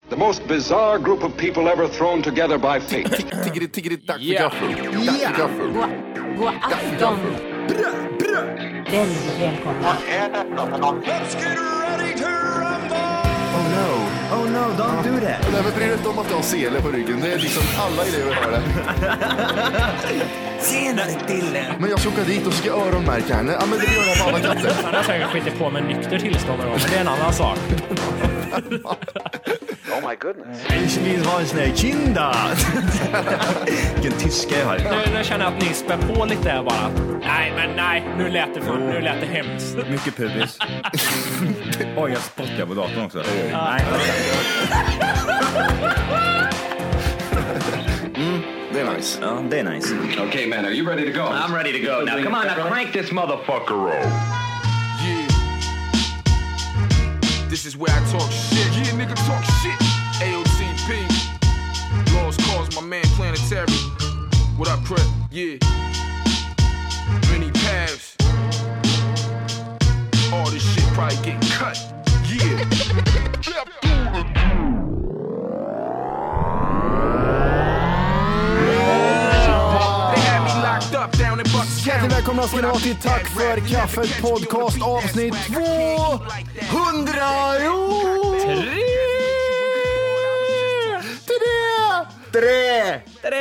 The most bizarre group of people ever thrown together by fate. Tiggeri, dack för gaffel. God afton. Väldigt välkomna. Let's get ready to rumble! Oh no, don't do that. Nej, men bryr dig inte om att du har sele på ryggen. Det är liksom alla elever har det. Senare Dille. Men jag ska åka dit och ska öronmärka henne. Ja, men det gör jag på alla katter. Han har säkert skitit på med nykter tillstånd någon gång, men det är en annan sak. Oh my goodness. Ich vill ha en sån här kinda. Vilken tyska jag har. Nu känner jag att ni spär på lite där bara. Nej, nu lät det hemskt. Mycket pubis. Oj, jag spottar på datorn också. Nej. Det är nice. Ja, det är nice. Okay, man, are you ready to go? I'm ready to go. Now, come on, now crank this motherfucker up. Yeah. This is where I talk shit. Yeah, nigga, talk shit. AOTP. Lost cause, my man Planetary. What up, Prep? Yeah. Many paths. All this shit probably getting cut. Yeah. Hjärtligt välkomna ska ni vara till Tack för kaffet podcast avsnitt 200. Tre.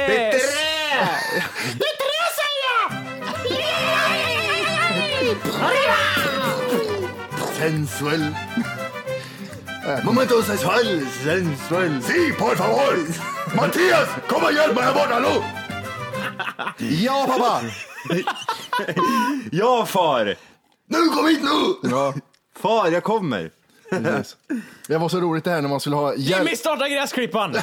Sensuell. Momento sensuell. Si, por favor. Mattias, kom och hjälp mig här borta nu. Ja, pappa. Ja, far. Nu, kom hit nu. Ja. Far, jag kommer. Yes. Det var så roligt det här när man skulle ha hjälp. Jimmy, starta gräsklippan!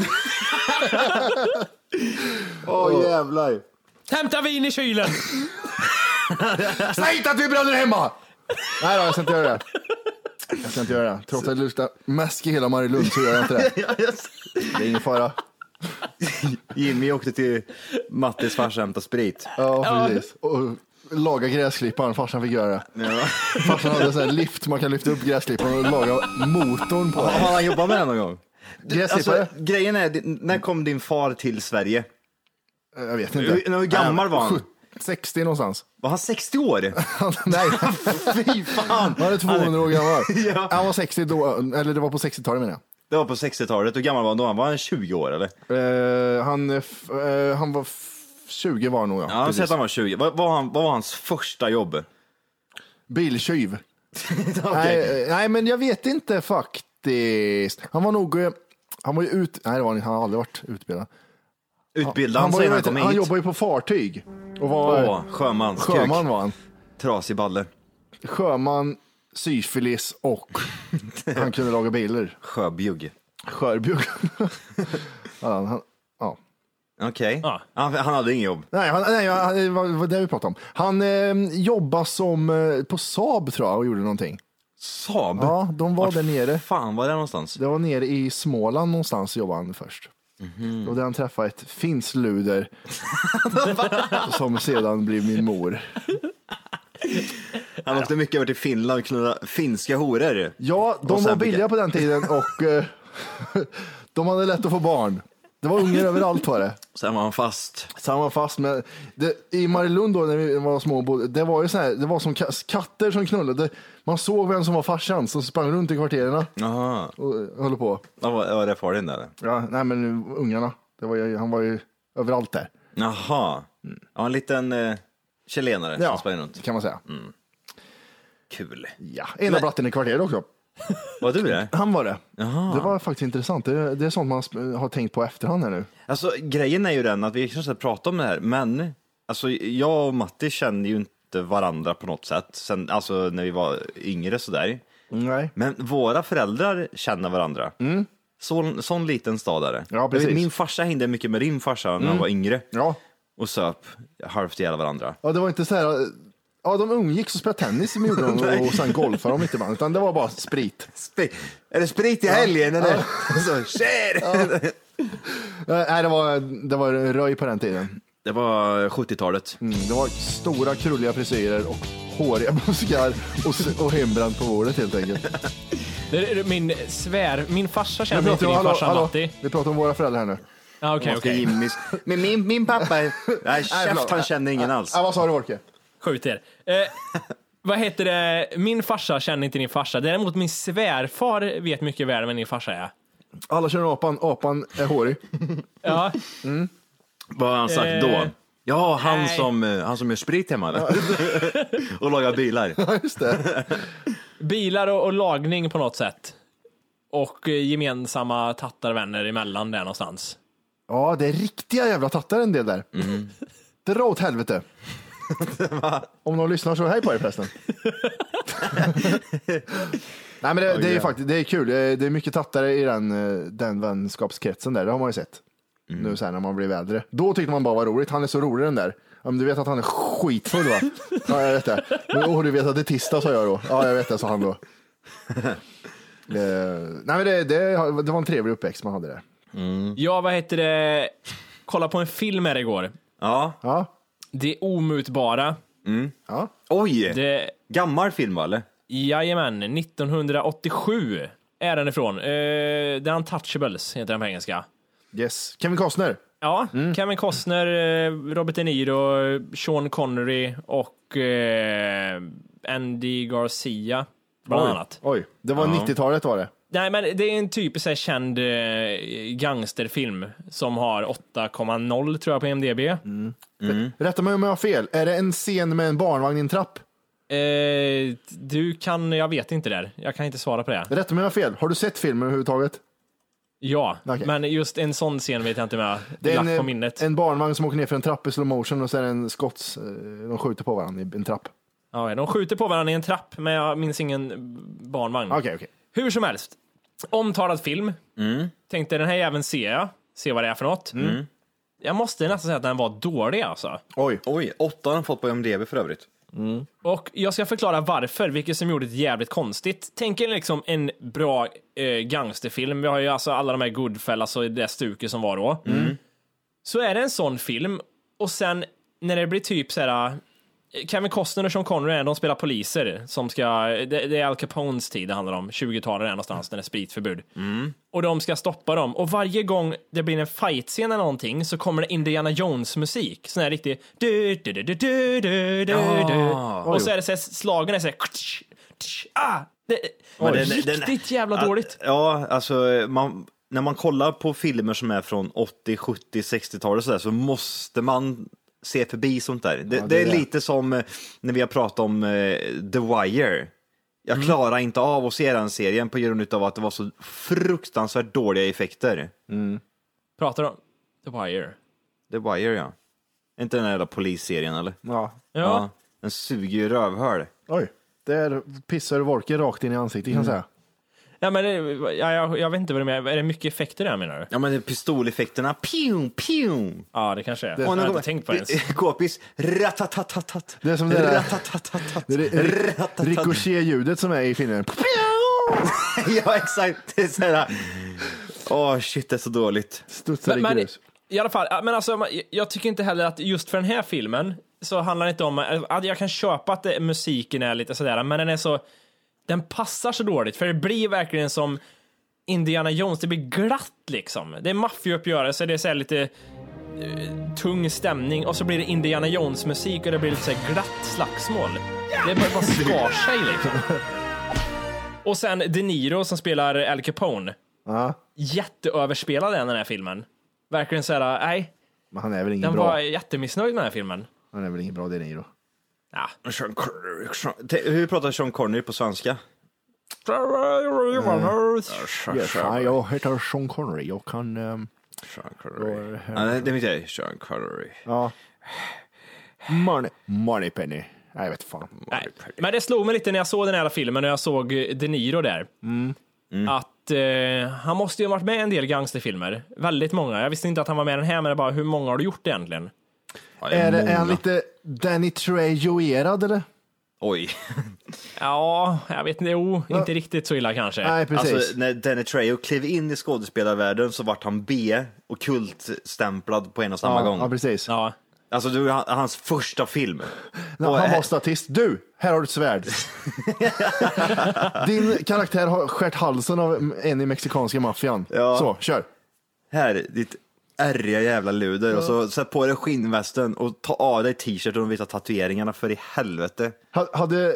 Åh, jävlar. Hämta vin i kylen! Säg inte att vi är bröder hemma. Nej då, jag ska inte göra det. Trots att jag lustar mäsk i hela Marielund så gör jag inte det. Det är ingen fara. Jimmy åkte till Mattis farsa hämta sprit. Ja, precis. Och laga gräsklippan, farsan fick göra det. Ja. Farsan hade en sån här lift, man kan lyfta upp gräsklippan och laga motorn på. Har han jobbat med den någon gång? Gräsklippare? Alltså, grejen är, när kom din far till Sverige? Jag vet inte. Hur gammal var han? 60 någonstans. Var han 60 år? Nej. Fy fan. Han är 200 år gammal. Ja. Han var 60 då, eller det var på 60-talet menar jag. Det var på 60-talet. Hur gammal var han då? Var han 20 år eller? Han var 20 var han nog. Ja, han säger att han var 20. Vad var hans första jobb? Biltjuv. Okay. Nej, men jag vet inte faktiskt. Han var ju nej, det var han har aldrig varit utbildad. Utbildad, han jobbar ju på fartyg. Och var sjöman var han. Trasig balle. Sjöman, syfilis och han kunde laga bilar. Sjöbjugg. Ja. Okej. Ja. Han hade ingen jobb. Nej, det var det vi pratade om. Han jobbade på Saab tror jag och gjorde någonting. Saab? Ja, de var där nere. Fan, var det någonstans? Det var nere i Småland någonstans jobbade han först. Och där han träffade ett finsluder som sedan blev min mor. Han åkte mycket över till Finland och knullade finska horor. Ja, de var billiga på den tiden och de hade lätt att få barn. Det var ungar överallt var det. Sen var han fast. Men i Marielund då när vi var små, det var ju så här, det var som katter som knullade. Man såg vem som var farsan som sprang runt i kvartererna. Aha. Och höll på. Var det far din där? Ja, nej men ungarna. Han var ju överallt där. Jaha. Ja, en liten chilenare som sprang runt. Kan man säga. Kul. Ja, en av blatten i kvarteret också. Var du det? Han var det. Jaha. Det var faktiskt intressant. Det är sånt man har tänkt på efterhand här nu. Alltså grejen är ju den att vi kanske pratar om det här, men alltså jag och Matti känner ju inte varandra på något sätt sen, alltså när vi var yngre sådär. Nej. Men våra föräldrar känner varandra. Sån liten stad är det. Ja, precis. Min farsa hängde mycket med din farsa när han var yngre. Ja. Och söp halvt ihjäl varandra. Ja, det var inte så här. Ja, de umgicks och spelade tennis med jorden och sen golfade de inte ibland, utan det var bara sprit. Är det sprit i helgen eller? Ja. Så, shit! Nej, det var röj på den tiden. Det var 70-talet. Det var stora krulliga frisyrer och håriga buskar och hembränt på bordet helt enkelt. Min farsa känner inte din farsa Matti. Vi pratar om våra föräldrar här nu. Ja, okej. Men min pappa, nej, käft, han känner ingen alls. Vad sa du, Orke? Skjut er. Vad heter det? Min farsa känner inte din farsa. Däremot min svärfar vet mycket väl vem din farsa är. Alla känner apan är hårig. Ja. Vad har han sagt då? Ja, han som gör sprit hemma eller? Och lagar bilar. Ja, just det. Bilar och lagning på något sätt. Och gemensamma tattarvänner emellan där någonstans. Ja, det är riktiga jävla tattar en del där. Dra åt helvete. Om någon lyssnar så hej på er förresten. Nej, men det är faktiskt, det är kul. Det är mycket tattare i den vänskapskretsen där. Det har man ju sett. Nu sen när man blir äldre. Då tyckte man bara var roligt. Han är så rolig den där. Du vet att han är skitfull, va? Ja, jag vet det. Men du vet att det är tisdag, sa jag då. Ja, jag vet det, sa han då. Nej, men det var en trevlig uppväxt man hade där. Ja, vad heter det? Kolla på en film här igår. Ja. Det omutbara. Ja. Oj, Det, gammal film va, eller? jajamän, 1987 är den ifrån. The Untouchables heter den på engelska. Yes. Kevin Costner. Ja, Kevin Costner, Robert De Niro, Sean Connery och Andy Garcia bland annat. Oj, det var 90-talet var det. Nej, men det är en typisk så här känd gangsterfilm som har 8,0 tror jag på IMDb. Rätta mig om jag har fel. Är det en scen med en barnvagn i en trapp? Jag vet inte där. Jag kan inte svara på det. Rätta mig om jag har fel. Har du sett filmen överhuvudtaget? Ja, Okay. men just en sån scen vet jag inte med. Det är lagt på minnet. en barnvagn som åker ner för en trapp i slow motion och så är det en skotts. De skjuter på varandra i en trapp. Ja, de skjuter på varandra i en trapp, men jag minns ingen barnvagn. Okej. Hur som helst. Omtalad film. Tänkte den här även se vad det är för något. Jag måste nästan säga att den var dålig alltså. Oj, 8 har den fått på IMDb för övrigt. Och jag ska förklara varför, vilket som gjorde det jävligt konstigt. Tänk er liksom en bra gangsterfilm. Vi har ju alltså alla de här Goodfellas och det stuket som var då. Så är det en sån film. Och sen när det blir typ så här, Kevin Costner och Sean Connery, de spelar poliser som ska, det är Al Capones tid det handlar om, 20-talet är någonstans när det är spritförbud. Och de ska stoppa dem. Och varje gång det blir en fight-scen eller någonting så kommer det Indiana Jones musik. Sån här riktig och så är det så här, slagen är så här, det är riktigt jävla dåligt. Ja, alltså när man kollar på filmer som är från 80, 70, 60-talet så där, så måste man se förbi sånt där. Det är lite som när vi har pratat om The Wire. Jag klarar inte av att se den serien på grund av att det var så fruktansvärt dåliga effekter. Pratar om The Wire. The Wire, ja. Inte den där jävla polisserien, eller? Ja. Den suger ju rövhål. Oj, där pissar Volker rakt in i ansiktet kan jag säga. Ja, men jag vet inte vad det är. Är det mycket effekter där menar du? Ja, men det är pistoleffekterna. Pew, pew. Ja, det kanske är. Jag har inte tänkt på det ens. K-pis. Ratatatat. Det är som det där ricochet-ljudet som är i filmen. Ja, exakt. Det är så här. Shit, det är så dåligt. Studsar i grus. I alla fall, men alltså, jag tycker inte heller att just för den här filmen så handlar det inte om att jag kan köpa att musiken är lite sådär, men den passar så dåligt, för det blir verkligen som Indiana Jones, det blir glatt liksom. Det är maffiauppgörelse, det är så här lite tung stämning och så blir det Indiana Jones musik och det blir lite så här glatt slagsmål. Det är bara skar sig liksom. Och sen De Niro som spelar Al Capone. Jätteöverspelad den här filmen. Verkligen så här, nej. Men han är väl ingen den bra. var jättemissnöjd med den här filmen. Han är väl ingen bra De Niro. Ja. Hur pratar Sean Connery på svenska? Jag heter Sean Connery. Jag kan... Sean Connery. Det vet jag. Sean Connery. Ja. Money Penny. Nej, jag vet fan. Nej. Men det slog mig lite när jag såg den här filmen och jag såg De Niro där. Att han måste ju ha varit med i en del gangsterfilmer. Väldigt många. Jag visste inte att han var med i den här, men det bara, hur många har du gjort egentligen? Ja, är han lite Danny Trejo-erad eller? Oj. Ja, jag vet inte. Inte riktigt så illa kanske. Nej, precis. Alltså, när Danny Trejo klev in i skådespelarvärlden så vart han B och kultstämplad på en och samma gång. Ja, precis. Ja. Alltså det var hans första film. Nej, han var statist. Du, här har du ett svärd. Din karaktär har skärt halsen av en i mexikanska maffian. Ja. Så, kör. Här, ditt ärriga jävla luder. Och så sätt på dig skinnvästen och ta av dig t-shirten och visa tatueringarna för i helvete. Hade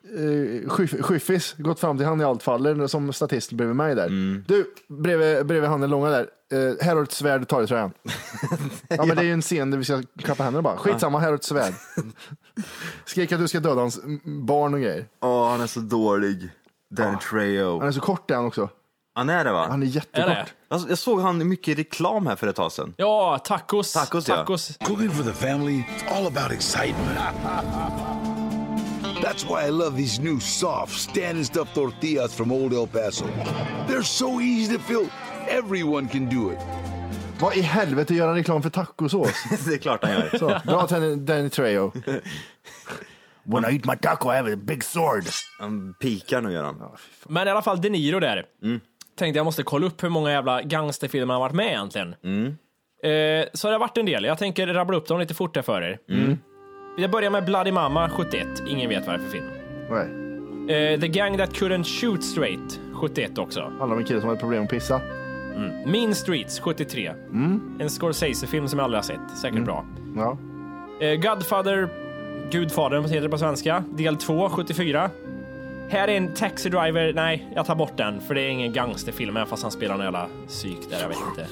Skyffis gått fram till han i allt faller som statist bredvid mig där. Du, bredvid han den långa där. Här har du ett svärd, ta i tröjan. Ja, men det är ju en scen där vi ska klappa händerna bara. Skitsamma, här har du ett svärd. Skrek att du ska döda hans barn och grejer. Han är så dålig. Danny Trejo. Han är så kort är han också. Han är det, va? Han är jättekort. Är det? Alltså, jag såg han mycket i reklam här för ett tag sedan. Ja, tacos. Tacos. Cooking for the family, it's all about excitement. That's why I love these new soft, stand and stuff tortillas from Old El Paso. They're so easy to fill. Everyone can do it. Vad i helvete gör han reklam för tacosås? Det är klart han gör. Så, bra till Danny Trejo. When I eat my taco I have a big sword. Han pikar nu, gör han. Men i alla fall De Niro där. Tänkte jag måste kolla upp hur många jävla gangsterfilmer han har varit med egentligen. Så det har varit en del. Jag tänker rabbla upp dem lite fortare för er. Jag börjar med Bloody Mama 71. Ingen vet vad det är för film. Nej. The Gang That Couldn't Shoot Straight 71 också. Handlar om en kille som hade problem att pissa. Mean Streets 73. En Scorsese-film som jag aldrig har sett. Säkert bra. Ja. Godfather, Gudfadern heter det på svenska. Del 2 74. Här är en Taxi Driver. Nej, jag tar bort den. För det är ingen gangsterfilm. Även fast han spelar någon jävla psyk där, jag vet inte.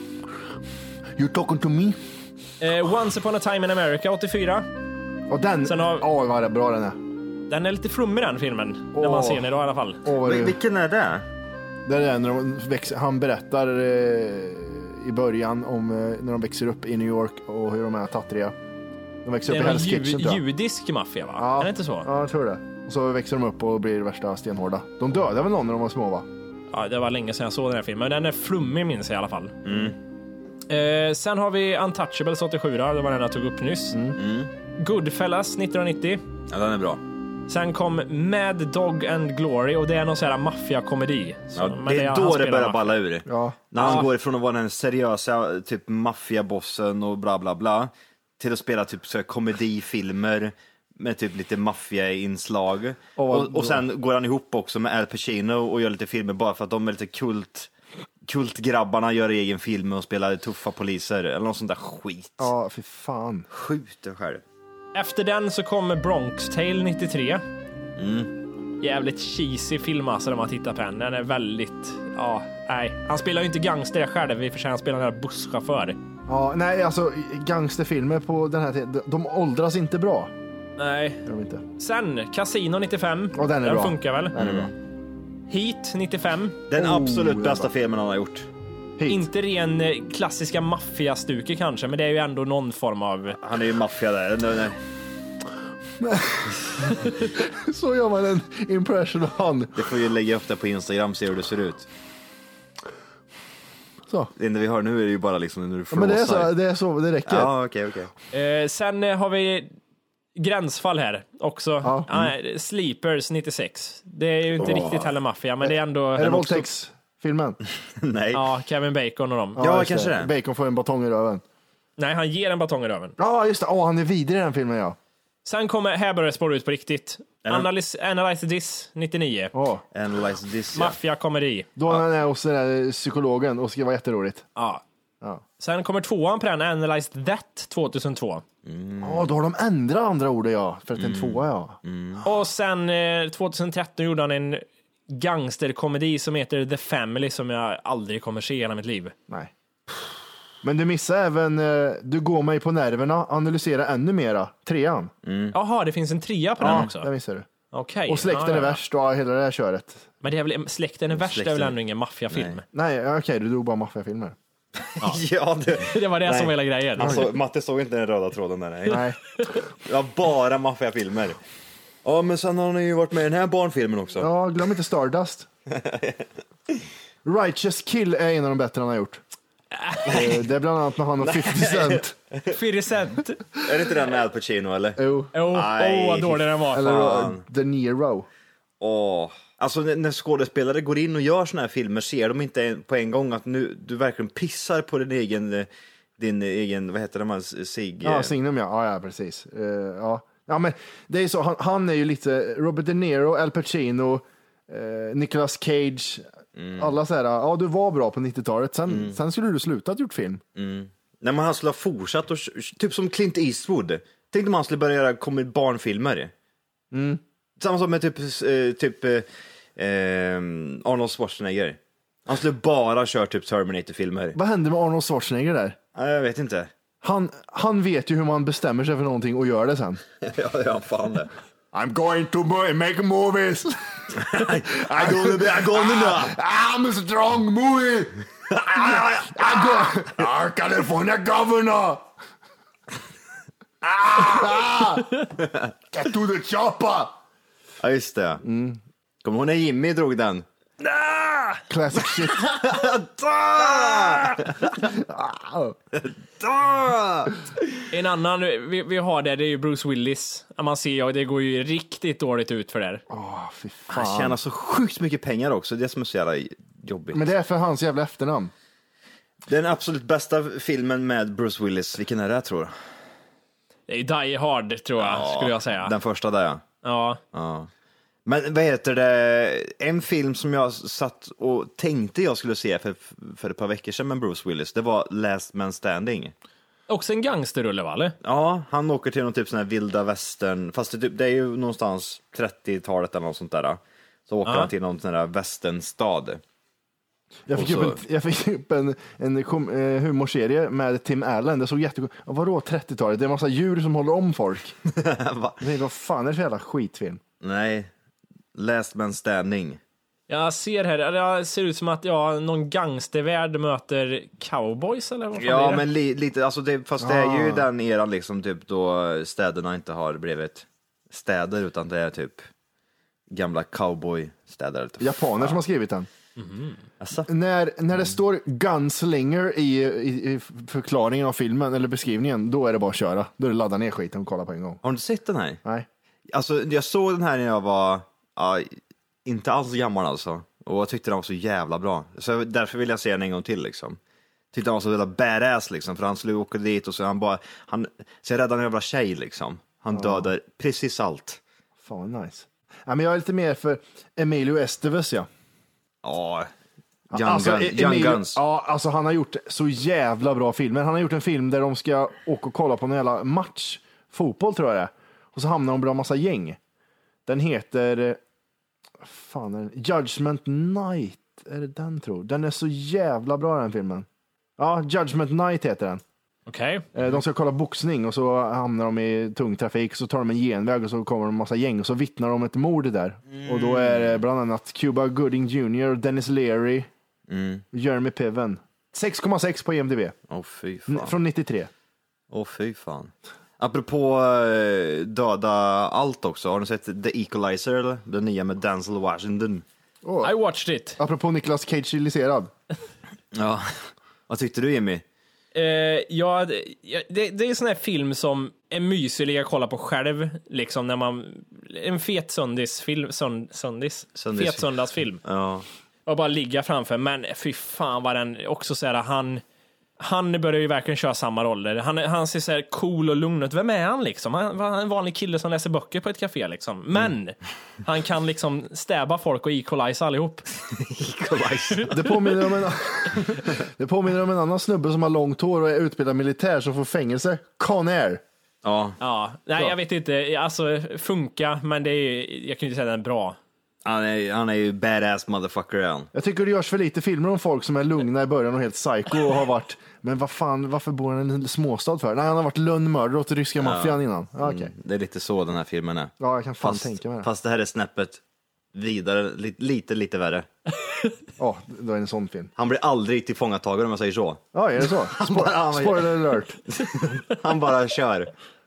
You talking to me? Once Upon a Time in America 84. Och den, Sen har- vad bra den är. Den är lite flummig den filmen. När man ser den idag i alla fall. Vilken är det? Det är den när de han berättar i början om när de växer upp i New York och hur de är tattriga. De växer Det upp är i en Hell's Kitchen, tror jag. judisk maffia, va? Ja. Är det inte så? Ja, jag tror det. Och så växer de upp och blir värsta stenhårda. De dödade väl någon när de var små, va? Ja, det var länge sedan jag såg den här filmen. Men den är flummig, minns jag i alla fall. Sen har vi Untouchables 87, det var den jag tog upp nyss. Goodfellas 1990. Ja, den är bra. Sen kom Mad Dog and Glory och det är någon sån här maffiakomedi. Ja, Men det är han då det spelar börjar maffia. balla ur. Ja. När han går ifrån att vara den seriösa typ maffiabossen och bla bla bla till att spela typ så här komedifilmer med typ lite maffiainslag. Och sen går han ihop också med Al Pacino och gör lite filmer bara för att de är lite kultgrabbarna gör egen film och spelar tuffa poliser eller något sånt där skit. Ja, fy fan. Skjuter själv. Efter den så kom Bronx Tale 93. Jävligt cheesy film alltså när man tittar på den. Den är väldigt, nej. Han spelar ju inte gangster själv, i och för sig han spelar en busschaufför. Ja, nej, alltså gangsterfilmer på den här tiden, de åldras inte bra. Nej. Gör de inte. Sen Casino 95. Och den är bra. Funkar väl? Den är bra. Heat 95. Den absolut den bästa var- filmen han har gjort. Hit. Inte ren klassiska maffiastuke kanske, men det är ju ändå någon form av... Han är ju maffia där. Så gör man en impression av han. Det får ju lägga upp det på Instagram, se hur det ser ut. Så. Det enda vi har nu är ju bara liksom när du Ja, flåsar. men det är så, det räcker. Ja, okej. Sen har vi gränsfall här också. Ja. Sleepers 96. Det är ju inte riktigt heller maffia, men det är ändå... Är det våldtäktsfilmen? Nej. Ja, Kevin Bacon och dem. Ja, just kanske det. Bacon får en batong i röven. Nej, han ger en batong i röven. Ja, just det. Han är vidrig i den filmen, ja. Sen kommer, här börjar det spåra ut på riktigt. Analyze This 99. Analyze this, ja. Maffia-komedi. Då när han är hos den där psykologen och ska vara jätteroligt. Ja. Ja. Sen kommer tvåan på den, Analyze That 2002. Ja, då har de ändrat andra ord, ja. För att det är en tvåa, ja. Och sen 2013 gjorde han en gangsterkomedi som heter The Family som jag aldrig kommer se i hela mitt liv. Nej. Men du missar även Du går mig på nerverna, analysera ännu mera. Trean. Jaha, det finns en trea på den också. Det missar du. Okej. Och Släkten är värst och hela det här köret. Men det är väl, Släkten är värst, det är väl ändå ingen maffiafilm? Nej, okej, du drog bara maffiafilmer. Ja, Det var det som var hela grejen. Alltså, Matte såg inte den röda tråden där. Nej. Nej. Det var bara maffiafilmer. Ja, men sen har ni ju varit med i den här barnfilmen också. Ja, glöm inte Stardust. Righteous Kill är en av de bättre han har gjort. Det är bland annat med han och 50 Cent. 50 Cent. Är det inte den med Al Pacino, eller? Jo. Vad dålig den var. Eller The Nero. Alltså när skådespelare går in och gör såna här filmer ser de inte på en gång att nu du verkligen pissar på din egen din egen, vad heter det, man Sig? Ja, Signum, ja, precis. Ja, men det är så, han är ju lite Robert De Niro, Al Pacino, Nicolas Cage, alla så här, ja, du var bra på 90-talet, sen skulle du sluta att gjort film. När man skulle ha fortsatt, och, typ som Clint Eastwood. Tänkte man skulle börja göra barnfilmer. Samma som med typ Arnold Schwarzenegger. Han skulle bara köra typ Terminator-filmer. Vad hände med Arnold Schwarzenegger där? Jag vet inte. Han vet ju hur man bestämmer sig för någonting och gör det sen. Ja, fan det. I'm going to make movies. I'm gonna I'm a strong movie. I go our California governor. Get to the chopper. Ja, just det. Kommer hon när Jimmy drog den? Classic shit. En annan vi har det är ju Bruce Willis. Man ser ju, det går ju riktigt dåligt ut för det. Fy fan. Han tjänar så sjukt mycket pengar också. Det är som är så jävla jobbigt. Men det är för hans jävla efternamn. Den absolut bästa filmen med Bruce Willis, vilken är det, tror du? Det är ju Die Hard, tror jag, skulle jag säga. Den första där, Ja. Men vad heter det? En film som jag satt och tänkte jag skulle se för ett par veckor sedan med Bruce Willis, det var Last Man Standing. Också en gangsterrulle, va? Eller? Ja, han åker till någon typ sån här vilda västern, fast det är ju någonstans 30-talet eller något sånt där. Så åker han till någon sån där västernstad. Jag fick upp en humorserie med Tim Allen. Det såg jättegott. Vadå 30-talet? Det är en massa djur som håller om folk. Vad fan är det för jävla skitfilm? Nej, Last Man Standing. Jag ser här, det ser ut som att någon gangstervärld möter cowboys eller vad fan är det? Men lite, alltså fast det är ju den eran liksom typ då städerna inte har blivit städer utan det är typ gamla cowboystäder. Japaner som har skrivit den. Alltså? När det står Gunslinger i förklaringen av filmen eller beskrivningen, då är det bara att köra. Då är det ladda ner skiten och kolla på en gång. Har du inte sett den här? Nej. Alltså jag såg den här när jag var inte alls gammal alltså. Och jag tyckte den var så jävla bra. Så därför vill jag se den en gång till liksom. Tyckte han var så jävla badass liksom. För han skulle åka dit och så så räddade en jävla tjej liksom. Han dödar precis allt. Fan nice. Ja, men jag är lite mer för Emilio Estevez, ja. Ja. Young Guns. Ja, alltså han har gjort så jävla bra filmer. Han har gjort en film där de ska åka och kolla på en jävla match. Fotboll tror jag det är. Och så hamnar de bland massa gäng. Den heter Judgment Night. Är det den tror? Den är så jävla bra den filmen. Ja, Judgment Night heter den. Okej. De ska kolla boxning och så hamnar de i tung trafik. Så tar de en genväg och så kommer de en massa gäng. Och så vittnar de om ett mord där. Och då är det bland annat Cuba Gooding Jr., Dennis Leary, Jeremy Piven. 6,6 på IMDb. Fy fan. Från 93. Fy fan. Apropå döda allt också. Har du sett The Equalizer eller? Den nya med Denzel Washington. I watched it. Apropå Nicolas Cage-iliserad. Ja. Vad tyckte du, Jimmy? Det är en sån här film som är mysig att kolla på själv. Liksom när man... En fet söndagsfilm. Fet söndagsfilm. Ja. Och bara ligga framför. Men fy fan vad den också så här, han börjar ju verkligen köra samma roller. Han ser så här cool och lugn ut. Vem är han liksom? Han var en vanlig kille som läser böcker på ett café liksom. Men han kan liksom stäba folk och equalize allihop. Det påminner om en annan snubbe som har långt hår och är utbildad militär som får fängelse. Con Air. Ja. Nej, jag vet inte. Alltså, funka, men det är, jag kan inte säga att den är bra. Han är ju badass motherfucker igen. Jag tycker det görs för lite filmer om folk som är lugna i början och helt psycho och har varit, men vad fan, varför bor han i en småstad för? Nej, han har varit lönnmördare åt ryska maffian innan. Okay. Det är lite så den här filmen är. Ja, jag kan fan tänka mig det. Fast det här är snäppet vidare, lite värre. Ja, det är en sån film. Han blir aldrig tillfångatagen om jag säger så. Ja, är det så? Spoiler alert. Han bara kör.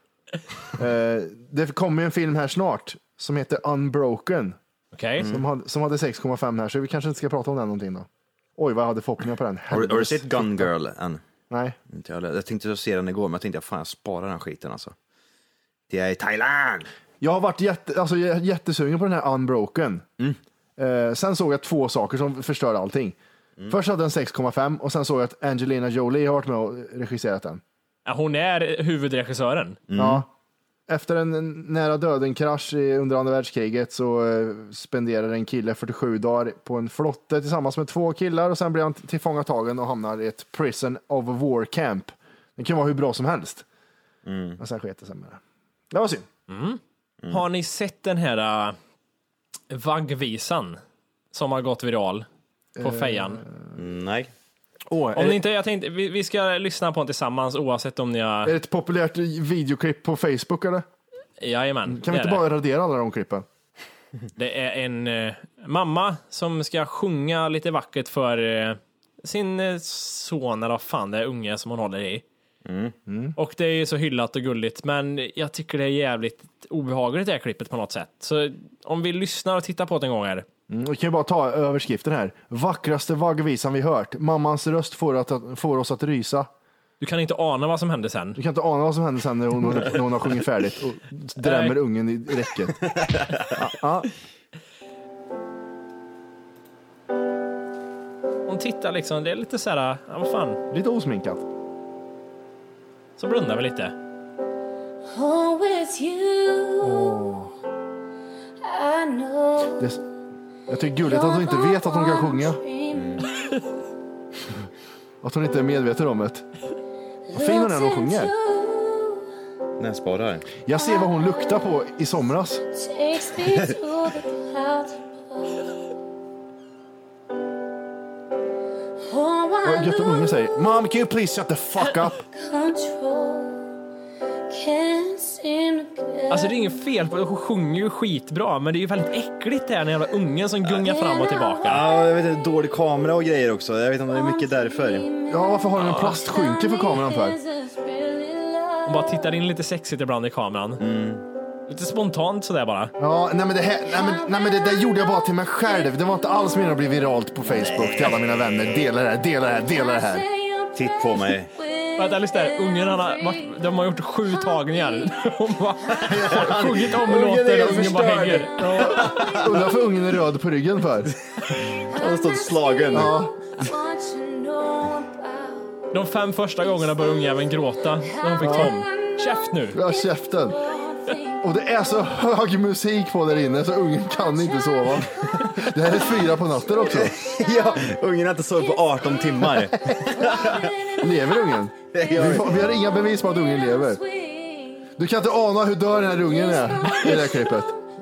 Det kommer ju en film här snart som heter Unbroken. Okay. Som hade 6,5 här, så vi kanske inte ska prata om den någonting då. Oj, vad jag hade förhoppningar på den. Har du sett Gun Girl än? Nej. Inte jag tänkte se den igår, men jag tänkte jag sparar den skiten alltså. Det är i Thailand. Jag har varit jättesugen på den här Unbroken. Sen såg jag 2 saker som förstörde allting. Först hade den 6,5 och sen såg jag att Angelina Jolie har varit med och regisserat den. Ja, hon är huvudregissören. Ja. Efter en nära döden-krasch under andra världskriget så spenderar en kille 47 dagar på en flotte tillsammans med 2 killar och sen blir han tillfångatagen och hamnar i ett prison of war camp. Det kan vara hur bra som helst. Men sen sket det sig med det. Det var synd. Har ni sett den här vaggvisan som har gått viral på fejan? Nej. Om ni inte, jag tänkte, vi ska lyssna på den tillsammans oavsett om ni har... Är det ett populärt videoklipp på Facebook eller? Jajamän. Kan vi inte bara radera alla de klippen? Det är en mamma som ska sjunga lite vackert för sin son eller vad fan det är, unge som hon håller i. Och det är ju så hyllat och gulligt, men jag tycker det är jävligt obehagligt det här klippet på något sätt. Så om vi lyssnar och tittar på det en gång här. Vi kan ju bara ta överskriften här. Vackraste vaggvisan vi hört. Mammans röst får oss att rysa. Du kan inte ana vad som hände sen. Du kan inte ana vad som händer sen när hon har sjungit färdigt och drämmer ungen i räcket. Hon tittar liksom, det är lite så här, ja, vad fan. Lite osminkat. Så blundar vi lite. Jag tycker gulligt att hon inte vet att hon kan sjunga. Att hon inte är medveten om det. Vad fin hon är när hon sjunger. Näsborrar. Jag ser vad hon luktar på i somras. Och gött om ungen säger: Mom, can you please shut the fuck up? Alltså det är inget fel på det, hon sjunger ju skitbra, men det är ju väldigt äckligt det här, den jävla ungen som gungar fram och tillbaka. Ja, jag vet inte, dålig kamera och grejer också. Jag vet inte om det är mycket därför. Ja, varför har hon en plastskynke för kameran för? Hon bara tittar in lite sexigt ibland i kameran. Lite spontant sådär bara. Ja, nej men det där gjorde jag bara till mig själv. Det var inte alls menat att bli viralt på Facebook till alla mina vänner. Dela det här. Titt på mig. Vänta, lyssna där. Ungen de har gjort 7 tagningar. Hon bara sjungit om låten och ungen bara hänger. Undrar varför ungen är röd på ryggen för. Han har stått slagen. Ja. De 5 första gångerna började ungjäveln gråta när hon fick Tom. Käft nu. Ja, käften. Och det är så hög musik på där inne så ungen kan inte sova. Det här är 4 på natten också. Ja, ungen har inte sovit på 18 timmar. Lever ungen? Vi har inga bevis på att ungen lever. Du kan inte ana hur dör den här ungen är i det här klippet.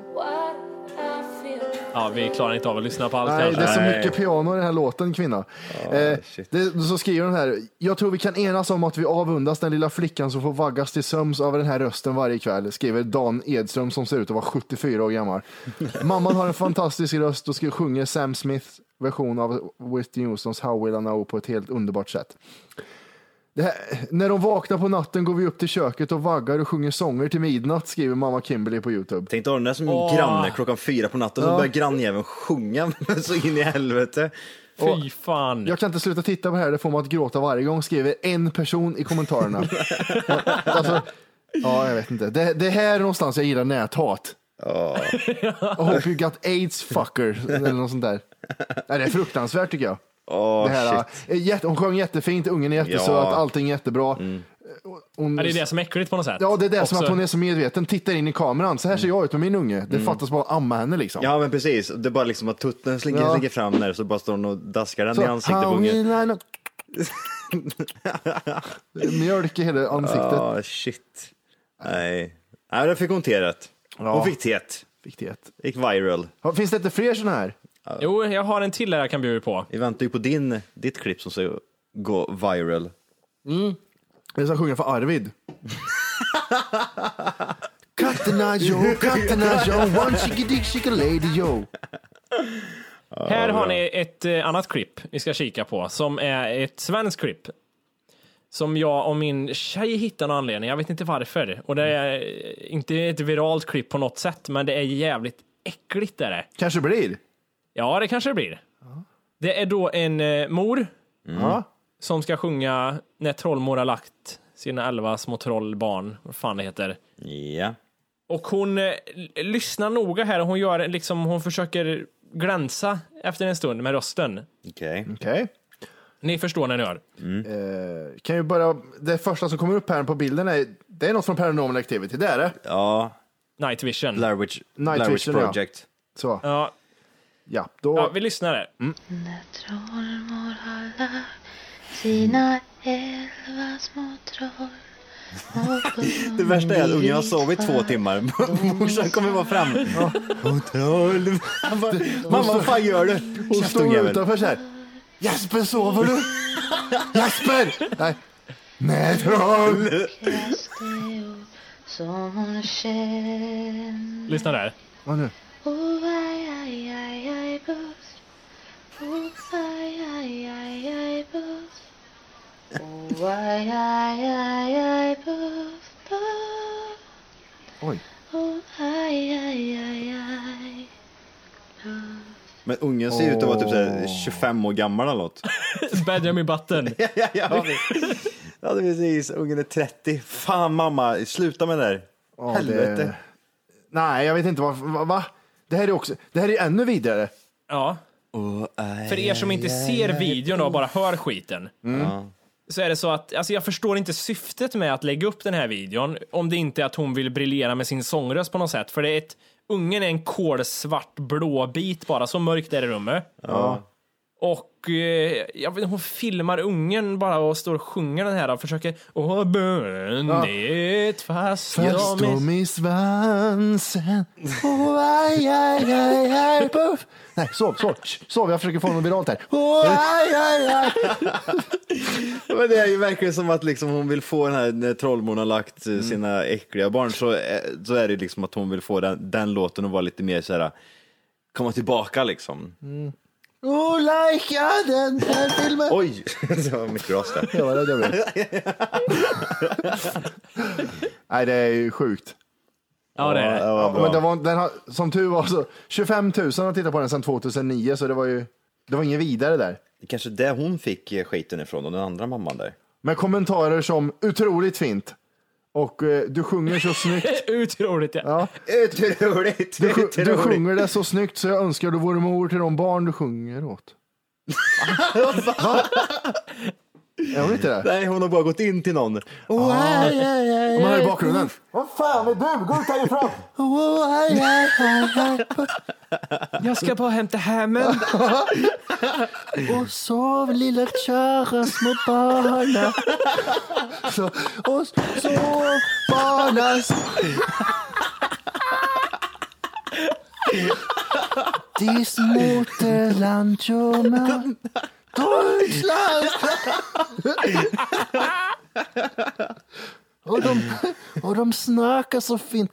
Ja, vi klarar inte av att lyssna på allt. Nej, kanske. det är så mycket piano i den här låten, kvinna. Så skriver den här: jag tror vi kan enas om att vi avundas den lilla flickan som får vaggas till söms av den här rösten varje kväll, skriver Dan Edström som ser ut att vara 74 år gammal. Mamman har en fantastisk röst och ska sjunga Sam Smiths version av Whitney Houstons How Will I Know på ett helt underbart sätt. När de vaknar på natten går vi upp till köket och vaggar och sjunger sånger till midnatt, skriver mamma Kimberly på YouTube. Tänkte ha den där som granne klockan 4 på natten, så börjar grannjäveln sjunga så in i helvete. Fy fan. Jag kan inte sluta titta på det här, det får man att gråta varje gång, skriver en person i kommentarerna. Alltså, ja, jag vet inte. Det här är någonstans jag gillar näthat. I hope you got AIDS fucker eller något sånt där. Nej, det är fruktansvärt tycker jag. Det här, hon sjöng jättefint, ungen är jättesöt, allting är jättebra. Det är det som är äckligt på något sätt. Ja, det är det som att hon är så medveten, tittar in i kameran. Så här ser jag ut med min unge. Det fattas bara att amma henne liksom. Ja, men precis. Det är bara liksom att tutten slänger fram när så bara står hon och daskar den i ansiktet på ungen. Mjölk i hela ansiktet. Shit. Nej, det fick hon teet. Hon fick teet. Gick viral. Finns det inte fler sådana här? Jo, jag har en till där jag kan bjuda på. Vi väntar ju på ditt klipp som ska gå viral. Jag ska sjunga för Arvid. Katterna yo, one chicky lady yo. Här har ni ett annat klipp vi ska kika på, som är ett svenskt klipp. Som jag och min tjej hittade någon anledning, jag vet inte varför. Och det är inte ett viralt klipp på något sätt, men det är jävligt äckligt där. Kanske blir. Ja, det kanske det blir. Det är då en mor som ska sjunga när trollmor har lagt sina 11 små trollbarn, vad fan det heter. Ja. Och hon lyssnar noga här och hon gör liksom, hon försöker glänsa efter en stund med rösten. Okej. Ni förstår när ni hör. Kan ju bara, det första som kommer upp här på bilden det är något från Paranormal Activity, det är det. Ja. Night Vision. Blair Witch Project. Så. Ja. Ja, då. Ja, vi lyssnar där. Trollmor har lagt sina 11 små troll. Det värsta är att ungen har sovit 2 timmar. Morsan kommer vara fram. Troll. Mamma, vad fan gör du? Hon stod utanför så här. Jesper, sover du? Jesper! Nej, troll! Som hon känner. Lyssna där. Vad nu? Oh, aj, buss. Oh, aj, buss. Oh, aj, buss. Oj. Oh, aj. Men ungen ser ut att vara typ så här 25 år gammal eller något. Benjamin Button. Ja, precis. Ungen är 30. Fan mamma, sluta med det där. Helvete. Nej, jag vet inte vad. Det här är ännu vidare. Ja. För er som inte ser videon och bara hör skiten. Så är det så att, alltså jag förstår inte syftet med att lägga upp den här videon om det inte är att hon vill briljera med sin sångröst på något sätt. För det är ungen är en kolsvart blå bit bara, så mörkt är det rummet. Ja. Och hon filmar ungen bara och står och sjunger den här och försöker bundit fast om i svansen. Aj, puff. Nej, sov, jag försöker få något viralt här. Aj. Men det är ju verkligen som att liksom hon vill få den här, när trollmon har lagt sina äckliga barn, så är det liksom att hon vill få den låten att vara lite mer så här, komma tillbaka liksom. Lika den här filmen. Oj, det var mycket ras där. Ja, det blev. Nej, det är ju sjukt. Ja, det är det. Ja, men den har, som tur var så 25 000 har tittat på den sedan 2009, så det var ingen vidare där. Det kanske det hon fick skiten ifrån och den andra mamman där. Med kommentarer som otroligt fint. Och du sjunger så snyggt. Otroligt, ja. Otroligt. Du sjunger det så snyggt så jag önskar du vore mor till de barn du sjunger åt. Va? Är hon inte det? Nej, hon har bara gått in till någon. Man hör i bakgrunden. Vad fan är du? Gå ut härifrån. Jag ska bara hämta hemmen. Och sov lilla kära små barna. Och sov barnas. Dies Mutterland German. Deutschland. Och de snackar så fint.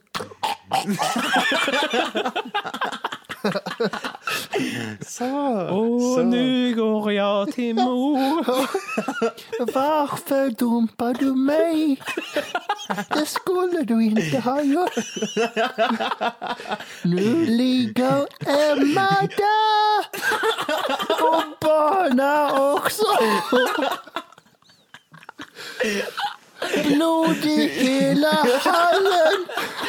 Så nu går jag till mor. Varför dumpar du mig? Det skulle du inte ha gjort. Nu ligger Emma där. Och barna också. Blod i hela hallen.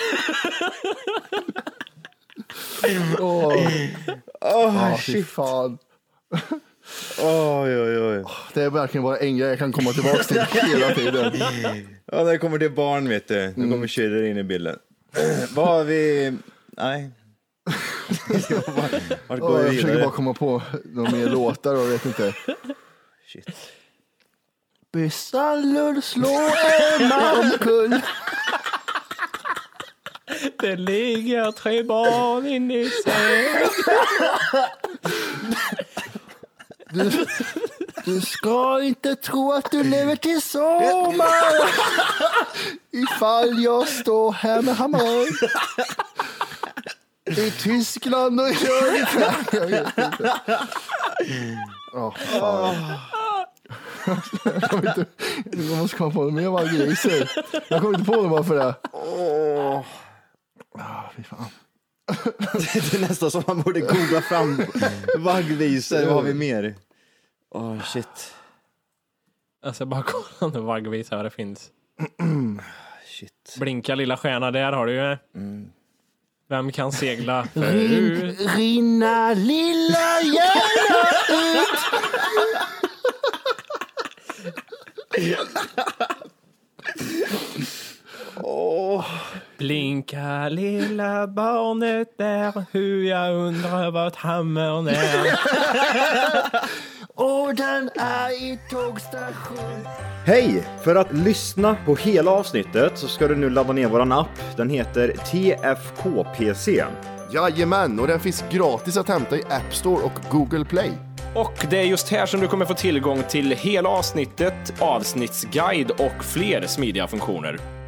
Fy fan. Oj. Det är verkligen bara en grej jag kan komma tillbaka till hela tiden. Ja, när det kommer till barn, vet du. Nu kommer Kyrre in i bilden. Vad har vi... Nej. Jag försöker bara komma på några mer låtar och vet inte. Shit. Bestallur slå Emma omkull. Det ligger 3 barn inne i säng. Du ska inte tro att du lever till sommar. Ifall jag står här med hammaren. I Tyskland och gör det. Jag vet inte. Fan. Jag måste komma på mer vaggvisor. Jag kommer inte på det bara för det. Fy fan. Det är nästan som man borde googla fram vaggvisor. Vad har vi mer? Shit. Alltså bara kolla nu vaggvisa vad det finns. Shit. Blinka lilla stjärna, där har du ju. Vem kan segla förut? Rinna lilla hjärna ut. Blinka lilla barnet där, hur jag undrar vart hammaren är. Och den är i tågstation. Hej! För att lyssna på hela avsnittet så ska du nu ladda ner våran app. Den heter TFKPC. Jajamän, och den finns gratis att hämta i App Store och Google Play. Och det är just här som du kommer få tillgång till hela avsnittet, avsnittsguide och fler smidiga funktioner.